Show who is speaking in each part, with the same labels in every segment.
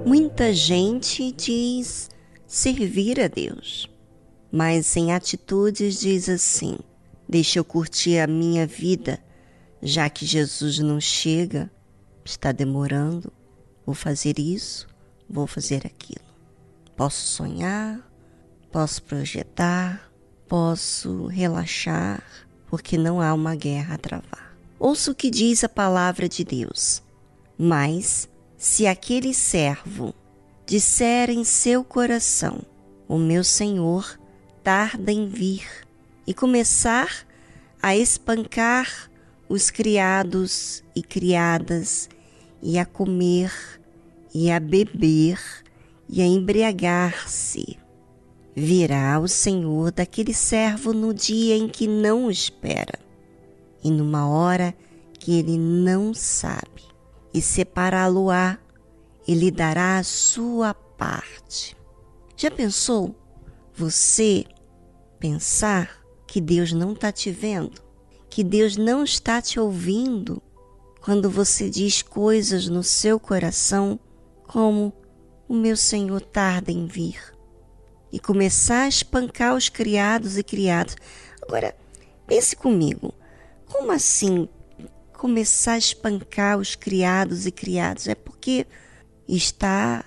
Speaker 1: Muita gente diz servir a Deus, mas em atitudes diz assim: deixa eu curtir a minha vida, já que Jesus não chega, está demorando, vou fazer isso, vou fazer aquilo. Posso sonhar, posso projetar, posso relaxar, porque não há uma guerra a travar. Ouça o que diz a palavra de Deus. Mas, se aquele servo disser em seu coração: o meu Senhor tarda em vir, e começar a espancar os criados e criadas, e a comer, e a beber, e a embriagar-se, virá o Senhor daquele servo no dia em que não o espera, e numa hora que ele não sabe, e separá-lo-á, e lhe dará a sua parte. Já pensou você pensar que Deus não está te vendo? Que Deus não está te ouvindo quando você diz coisas no seu coração como: o meu Senhor tarda em vir, e começar a espancar os criados e criadas. Agora, pense comigo, como assim começar a espancar os criados e criadas? É porque está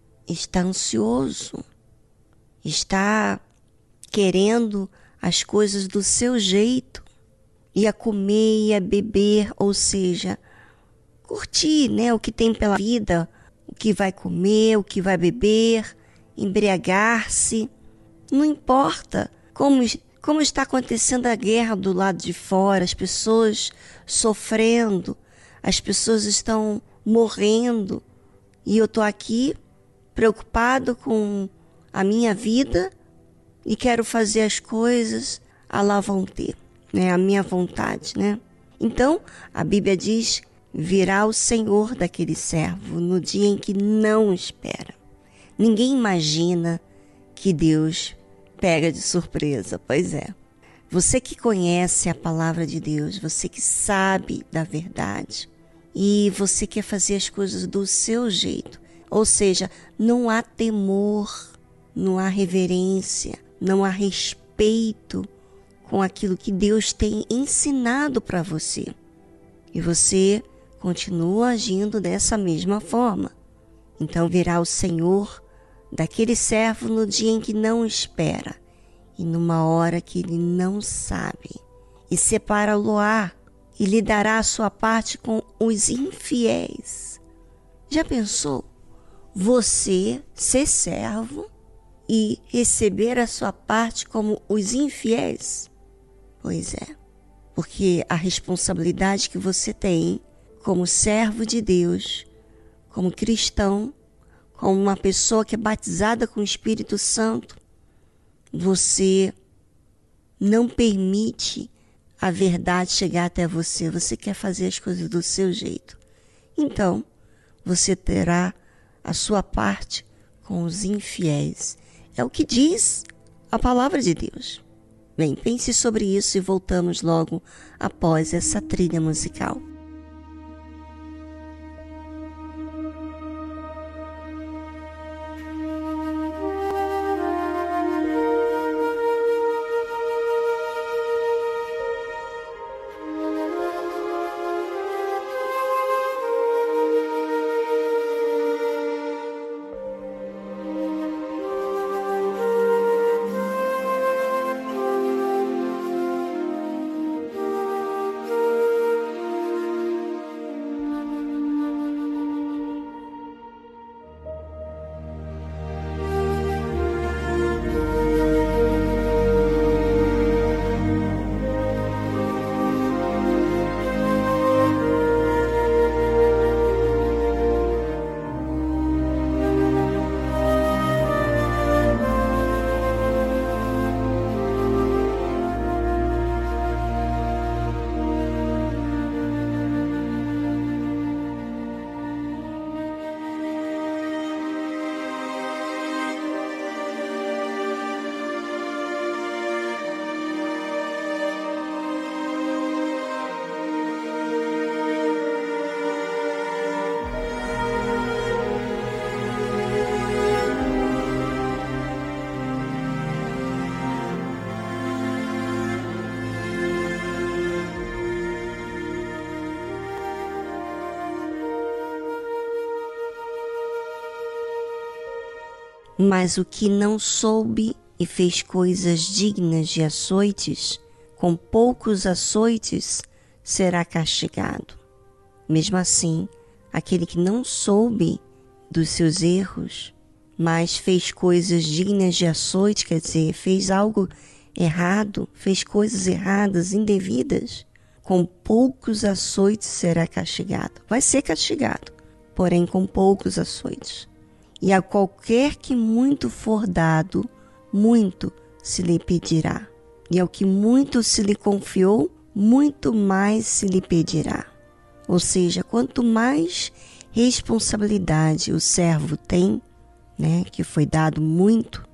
Speaker 1: ansioso, está querendo as coisas do seu jeito, e a comer e a beber, ou seja, curtir, né, o que tem pela vida, o que vai comer, o que vai beber, embriagar-se. Não importa como está acontecendo a guerra do lado de fora, as pessoas sofrendo, as pessoas estão morrendo, e eu estou aqui preocupado com a minha vida e quero fazer as coisas à la vontade, né? A minha vontade, né? Então, a Bíblia diz: virá o Senhor daquele servo no dia em que não espera. Ninguém imagina que Deus pega de surpresa, pois é. Você que conhece a palavra de Deus, você que sabe da verdade, e você quer fazer as coisas do seu jeito, ou seja, não há temor, não há reverência, não há respeito com aquilo que Deus tem ensinado para você. E você continua agindo dessa mesma forma. Então virá o Senhor daquele servo no dia em que não espera, e numa hora que ele não sabe, e separa-lo-á, e lhe dará a sua parte com os infiéis. Já pensou você ser servo e receber a sua parte como os infiéis? Pois é, porque a responsabilidade que você tem como servo de Deus, como cristão, como uma pessoa que é batizada com o Espírito Santo, você não permite a verdade chegar até você. Você quer fazer as coisas do seu jeito. Então, você terá a sua parte com os infiéis. É o que diz a palavra de Deus. Bem, pense sobre isso e voltamos logo após essa trilha musical. Mas o que não soube e fez coisas dignas de açoites, com poucos açoites será castigado. Mesmo assim, aquele que não soube dos seus erros, mas fez coisas dignas de açoite, quer dizer, fez algo errado, fez coisas erradas, indevidas, com poucos açoites será castigado. Vai ser castigado, porém com poucos açoites. E a qualquer que muito for dado, muito se lhe pedirá. E ao que muito se lhe confiou, muito mais se lhe pedirá. Ou seja, quanto mais responsabilidade o servo tem, né, que foi dado muito,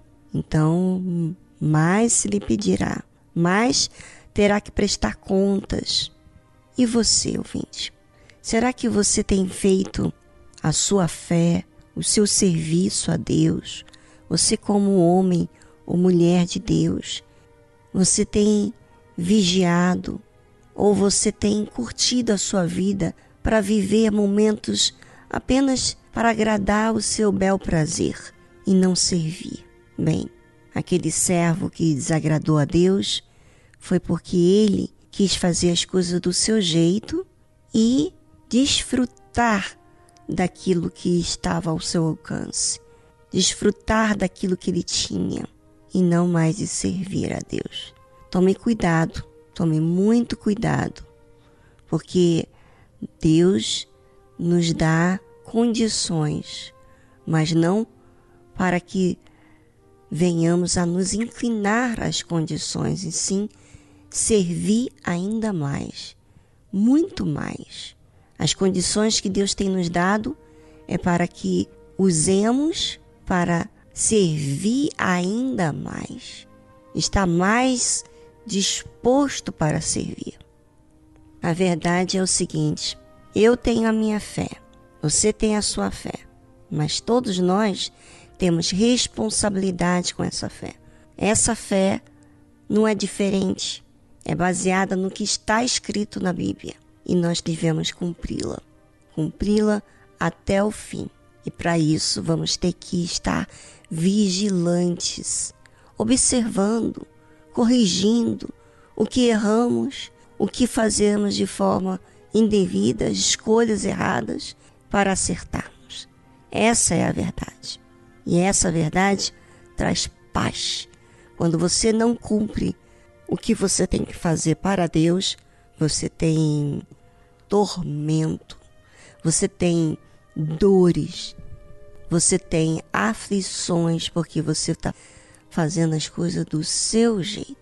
Speaker 1: então mais se lhe pedirá, mais terá que prestar contas. E você, ouvinte? Será que você tem feito a sua fé, o seu serviço a Deus? Você como homem ou mulher de Deus, você tem vigiado ou você tem curtido a sua vida para viver momentos apenas para agradar o seu bel prazer e não servir? Bem, aquele servo que desagradou a Deus foi porque ele quis fazer as coisas do seu jeito e desfrutar daquilo que estava ao seu alcance, desfrutar daquilo que ele tinha e não mais de servir a Deus. Tome cuidado, tome muito cuidado, porque Deus nos dá condições, mas não para que venhamos a nos inclinar às condições, e sim servir ainda mais, muito mais. As condições que Deus tem nos dado é para que usemos para servir ainda mais, está mais disposto para servir. A verdade é o seguinte: eu tenho a minha fé, você tem a sua fé, mas todos nós temos responsabilidade com essa fé. Essa fé não é diferente, é baseada no que está escrito na Bíblia e nós devemos cumpri-la até o fim. E para isso vamos ter que estar vigilantes, observando, corrigindo o que erramos, o que fazemos de forma indevida, escolhas erradas, para acertarmos. Essa é a verdade. E essa verdade traz paz. Quando você não cumpre o que você tem que fazer para Deus, você tem tormento, você tem dores, você tem aflições, porque você está fazendo as coisas do seu jeito.